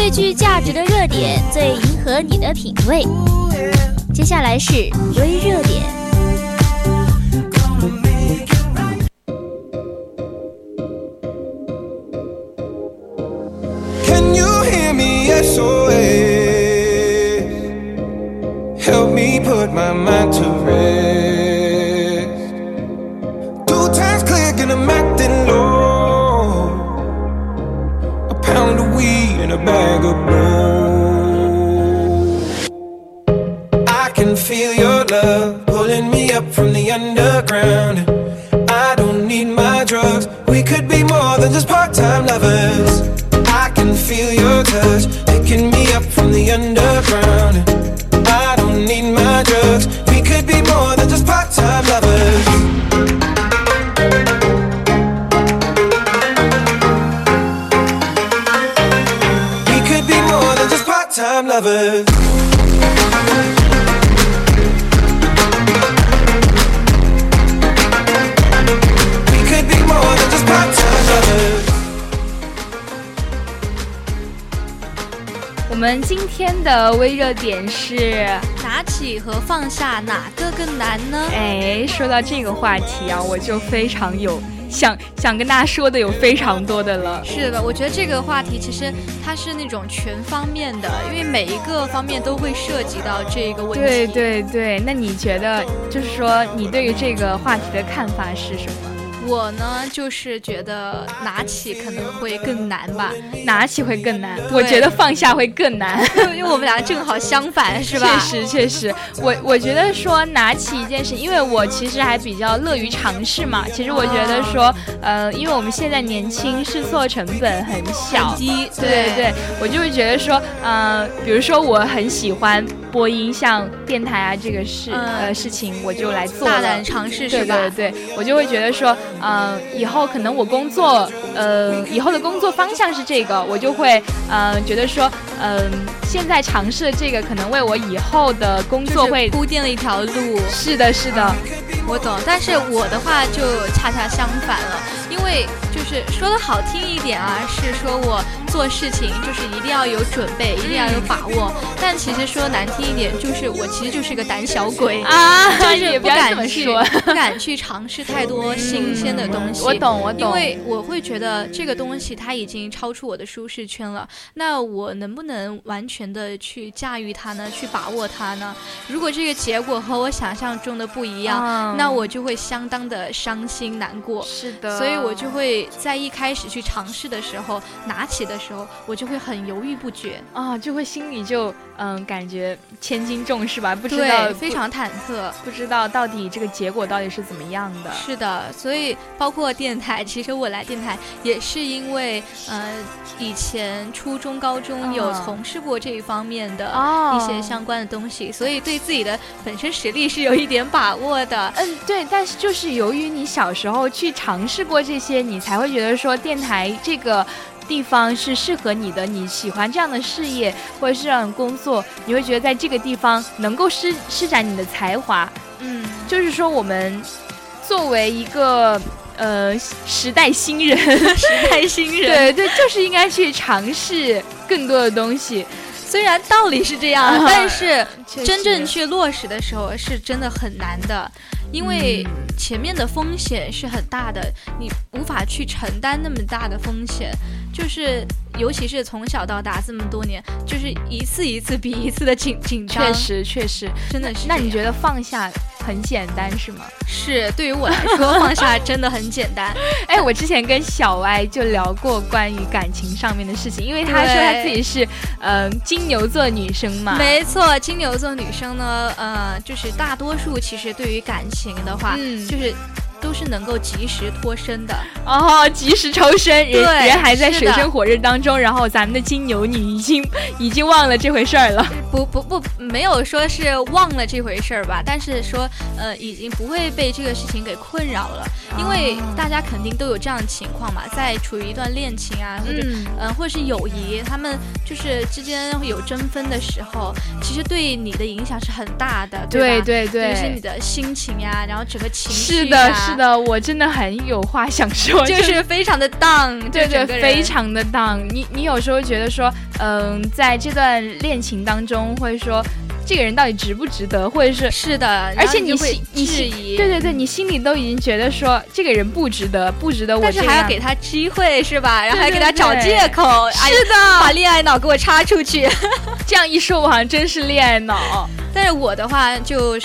最具价值的热点，最迎合你的品味。接下来是微热点。 Can you hear me? SOS. Help me put my mind to rest. 2 times click and I'm acting low. A pound of weed and a bag of blow. I can feel your love pulling me up from the underground. I don't need my drugs. We could be more than just part-time lovers. I can feel your touch picking me up from the underground. I don't need my drugs. We could be more than just part-time lovers. We could be more than just part-time lovers. We could be more than just part-time lovers. 我们今天的微热点是拿起和放下哪个更难呢？ 说到这个话题啊，我就非常有想跟大家说的有非常多的了。 是的，我觉得这个话题其实它是那种全方面的，因为每一个方面都会涉及到这个问题。 对对对，那你觉得就是说你对于这个话题的看法是什么？ 我呢，就是觉得拿起可能会更难吧， 拿起会更难，我觉得放下会更难， 因为我们俩正好相反，是吧？ 确实，我觉得说拿起一件事，因为我其实还比较乐于尝试嘛。其实我觉得说，因为我们现在年轻，试错成本很小， 很低， 对，我就会觉得说，比如说我很喜欢播音，像电台啊这个事情，我就来做了， 大胆尝试，是吧？ 对，我就会觉得说。以后可能我工作，以后的工作方向是这个，我就会觉得说，现在尝试的这个可能为我以后的工作会铺垫了一条路。 是的， 我懂。但是我的话就恰恰相反了，因为就是说的好听一点啊，是说我做事情就是一定要有准备，一定要有把握。但其实说难听一点，就是我其实就是个胆小鬼啊， 就是不敢去尝试太多新鲜的东西。 我懂， 因为我会觉得这个东西它已经超出我的舒适圈了，那我能不能完全的去驾驭它呢？去把握它呢？如果这个结果和我想象中的不一样，那我就会相当的伤心难过。 是的， 所以我就会在一开始去尝试的时候，拿起的时候，我就会很犹豫不决啊，就会心里就感觉千斤重是吧？不知道， 非常忐忑， 不知道到底这个结果到底是怎么样的。 是的，所以包括电台，其实我来电台也是因为以前初中高中有从事过这一方面的一些相关的东西，所以对自己的本身实力是有一点把握的。 对，但是就是由于你小时候去尝试过这些，你才会觉得说电台这个地方是适合你的，你喜欢这样的事业或者是这样的工作，你会觉得在这个地方能够施展你的才华。就是说我们作为一个时代新人对，就是应该去尝试更多的东西。 虽然道理是这样，但是真正去落实的时候是真的很难的，因为前面的风险是很大的，你无法去承担那么大的风险，就是尤其是从小到大这么多年，就是一次一次比一次的紧张。 确实， 真的是。 那你觉得放下很简单是吗？ 是，对于我来说放下真的很简单。 我之前跟小歪就聊过关于感情上面的事情，因为他说他自己是金牛座女生嘛。 没错，金牛座女生呢，就是大多数其实对于感情的话，就是都是能够及时脱身的及时抽身，人还在水深火热当中，然后咱们的金牛女已经忘了这回事儿了。 不，没有说是忘了这回事儿吧，但是说已经不会被这个事情给困扰了，因为大家肯定都有这样的情况嘛，在处于一段恋情啊，或者是友谊，他们就是之间有争分的时候，其实对你的影响是很大的，对吧？ 对， 就是你的心情呀，然后整个情绪啊， 是的，我真的很有话想说， 就是非常的荡， 对对，非常的荡。你有时候觉得说，在这段恋情当中会说，这个人到底值不值得，或者是的， 而且你质疑， 对对对，你心里都已经觉得说这个人不值得我这样， 但是还要给他机会是吧？然后还给他找借口， 是的， 把恋爱脑给我插出去。 这样一说，我好像真是恋爱脑。 但是我的话就是，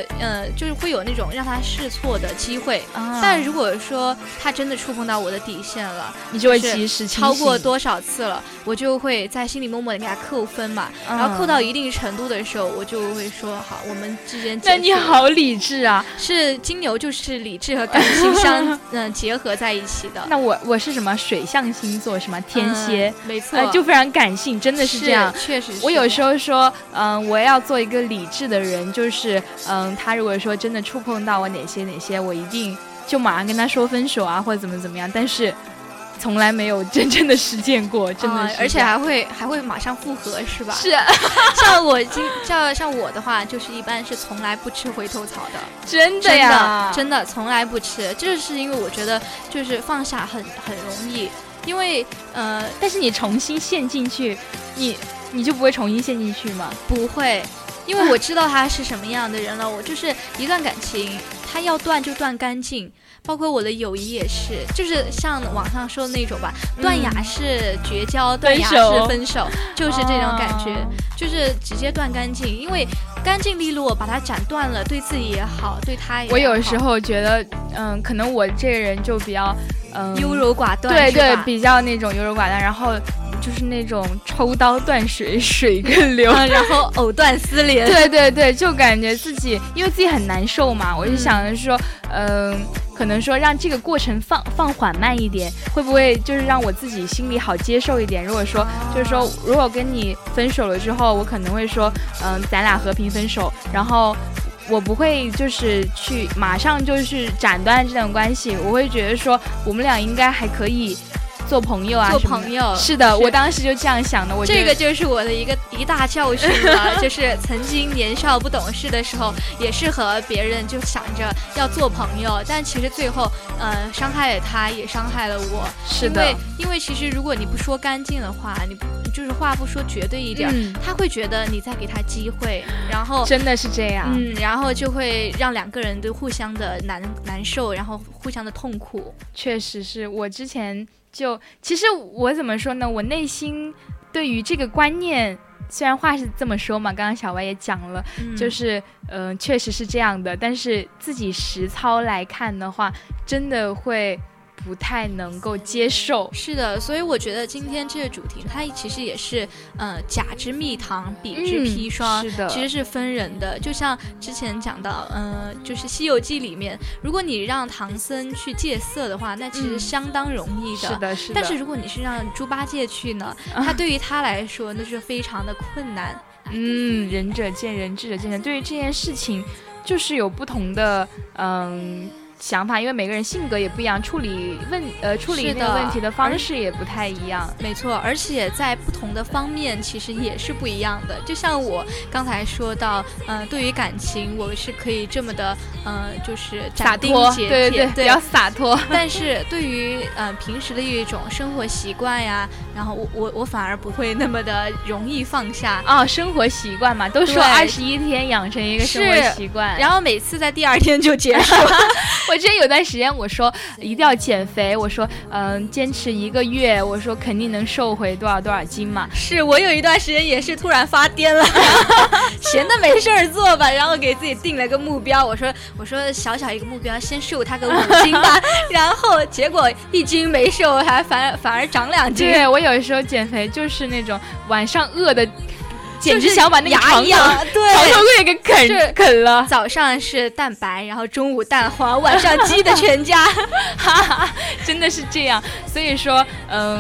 就是会有那种让他试错的机会。但如果说他真的触碰到我的底线了， 你就会及时超过多少次了，我就会在心里默默的给他扣分嘛。然后扣到一定程度的时候，我就会说好，我们之间结束。 那你好理智啊！ 是金牛，就是理智和感性相结合在一起的。 那我是什么水象星座？什么天蝎？ 没错， 就非常感性，真的是这样。 确实是。 我有时候说，我要做一个理智的人，就是他如果说真的触碰到我哪些，我一定就马上跟他说分手啊，或者怎么样。但是从来没有真正的实践过，真的是， 而且还会马上复合，是吧？ 是。 像我的话，就是一般是从来不吃回头草的。 真的呀， 真的从来不吃。这是因为我觉得就是放下很容易，因为但是你重新陷进去，你就不会重新陷进去吗？ 不会。因为我知道他是什么样的人了，我就是一段感情，他要断就断干净，包括我的友谊也是，就是像网上说的那种吧，断崖式绝交，断崖式分手，就是这种感觉，就是直接断干净，因为干净利落，把它斩断了，对自己也好，对他也好。 我有时候觉得，可能我这个人就比较， 优柔寡断， 对对，比较那种优柔寡断，然后就是那种抽刀断水，水更流， 然后藕断丝连。 对对对，就感觉自己因为自己很难受嘛，我就想着说，可能说让这个过程放缓慢一点，会不会就是让我自己心里好接受一点？如果说就是说，如果跟你分手了之后，我可能会说，咱俩和平分手，然后我不会就是去马上就是斩断这段关系，我会觉得说我们俩应该还可以做朋友啊， 做朋友。 是的，我当时就这样想的。 这个就是我的一大教训了，就是曾经年少不懂事的时候，也是和别人就想着要做朋友，但其实最后，伤害了他，也伤害了我。 是的， 因为其实如果你不说干净的话，你就是话不说绝对一点，他会觉得你在给他机会，然后真的是这样， 然后就会让两个人都互相的难受，然后互相的痛苦。 确实是我之前。其实我怎么说呢？我内心对于这个观念，虽然话是这么说嘛，刚刚小歪也讲了，就是确实是这样的，但是自己实操来看的话，真的会不太能够接受。 是的，所以我觉得今天这个主题它其实也是甲之蜜糖，乙之砒霜， 是的， 其实是分人的。就像之前讲到就是《西游记》里面，如果你让唐僧去戒色的话，那其实相当容易的。 是的，是的。 但是如果你是让猪八戒去呢，他对于他来说那是非常的困难。 仁者见仁，智者见仁。对于这件事情，就是有不同的想法，因为每个人性格也不一样，处理那个问题的方式也不太一样。 没错，而且在不同的方面其实也是不一样的。就像我刚才说到，对于感情我是可以这么的就是斩钉截铁， 对，比较洒脱。 但是对于平时的一种生活习惯呀，然后我反而不会那么的容易放下。 生活习惯嘛，都说21天养成一个生活习惯， 然后每次在第2天就结束。 我之前有段时间我说一定要减肥，我说坚持1个月，我说肯定能瘦回多少斤嘛。 是我有一段时间也是突然发癫了，闲的没事儿做吧，然后给自己定了个目标，我说小一个目标，先瘦它个5斤吧，然后结果1斤没瘦，还反而长2斤。 对，我有时候减肥就是那种晚上饿的。简直想把那个床头柜给啃了。 早上是蛋白，然后中午蛋黄，晚上鸡的全家。 真的是这样。所以说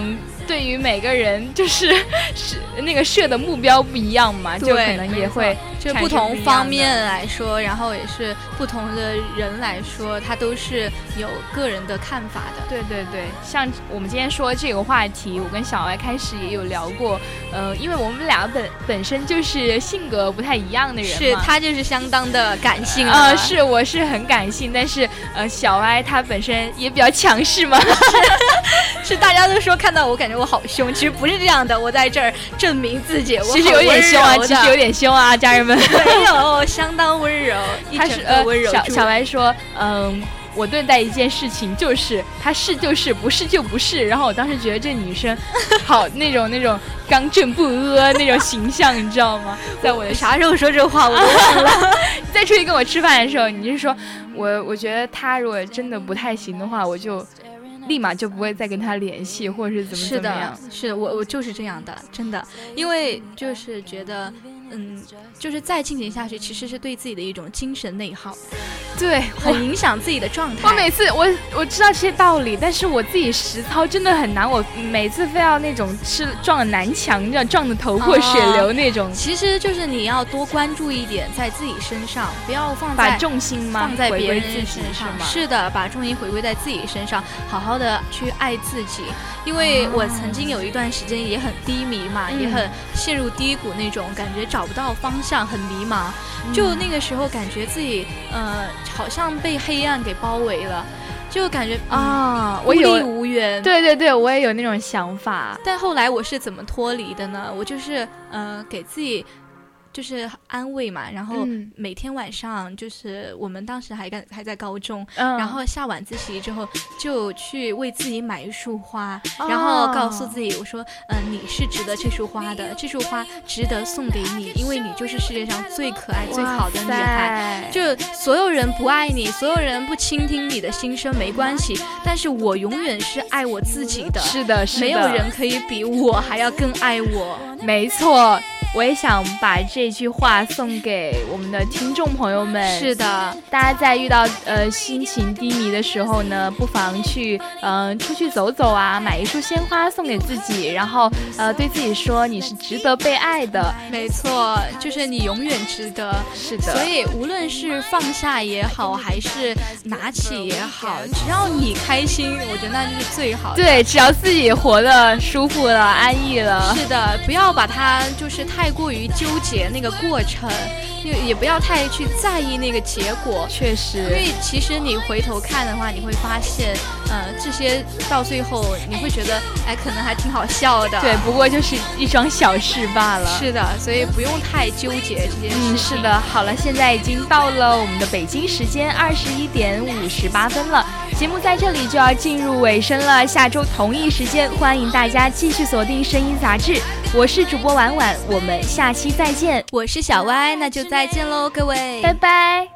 对于每个人就是那个设的目标不一样嘛，就可能也会就不同方面来说，然后也是不同的人来说，他都是有个人的看法的。 对对对，像我们今天说这个话题，我跟小歪开始也有聊过，因为我们俩本身就是性格不太一样的人嘛， 是他就是相当的感性是我是很感性，但是小歪他本身也比较强势嘛， 是大家都说看到我感觉我好凶，其实不是这样的，我在这儿证明自己， 其实有点凶啊，其实有点凶啊，家人们。 没有，相当温柔，一整个温柔。 小白说，我对待一件事情就是他是就是不是就不是，然后我当时觉得这女生好那种刚正不阿那种形象，你知道吗？在我的啥时候说这话我都忘了。 再出去跟我吃饭的时候，你就说我觉得他如果真的不太行的话，我就立马就不会再跟他联系，或者是怎么样。 是的，我就是这样的，真的，因为就是觉得。就是再进行下去，其实是对自己的一种精神内耗， 对， 很影响自己的状态。 我每次我知道这些道理，但是我自己实操真的很难。我每次非要那种是撞了南墙，撞得头破血流那种。 其实就是你要多关注一点在自己身上，不要把重心放在别人身上。 是的，把重心回归在自己身上，好好的去爱自己。因为我曾经有一段时间也很低迷嘛，也很陷入低谷那种，感觉找不到方向，很迷茫。就那个时候感觉自己好像被黑暗给包围了，就感觉孤立无援。 对对对，我也有那种想法。 但后来我是怎么脱离的呢？我就是给自己就是安慰嘛，然后每天晚上就是我们当时还在高中，然后下晚自习之后就去为自己买一束花，然后告诉自己我说你是值得这束花的，这束花值得送给你，因为你就是世界上最可爱最好的女孩。就所有人不爱你，所有人不倾听你的心声没关系，但是我永远是爱我自己的。 是的， 没有人可以比我还要更爱我。 没错，我也想把这句话送给我们的听众朋友们。 是的， 大家在遇到心情低迷的时候呢，不妨去出去走走啊，买一束鲜花送给自己，然后对自己说你是值得被爱的。 没错，就是你永远值得。 是的， 所以无论是放下也好，还是拿起也好，只要你开心，我觉得那就是最好的。 对，只要自己活得舒服了，安逸了。 是的，不要把它就是太过于纠结那个过程，也不要太去在意那个结果。 确实，因为其实你回头看的话，你会发现这些到最后你会觉得可能还挺好笑的。 对，不过就是一桩小事罢了。 是的，所以不用太纠结这件事情。 是的，好了，现在已经到了我们的北京时间21点58分了，节目在这里就要进入尾声了。下周同一时间，欢迎大家继续锁定声音杂志，我是主播婉婉，我们下期再见。 我是小歪，那就再见喽，各位， 拜拜。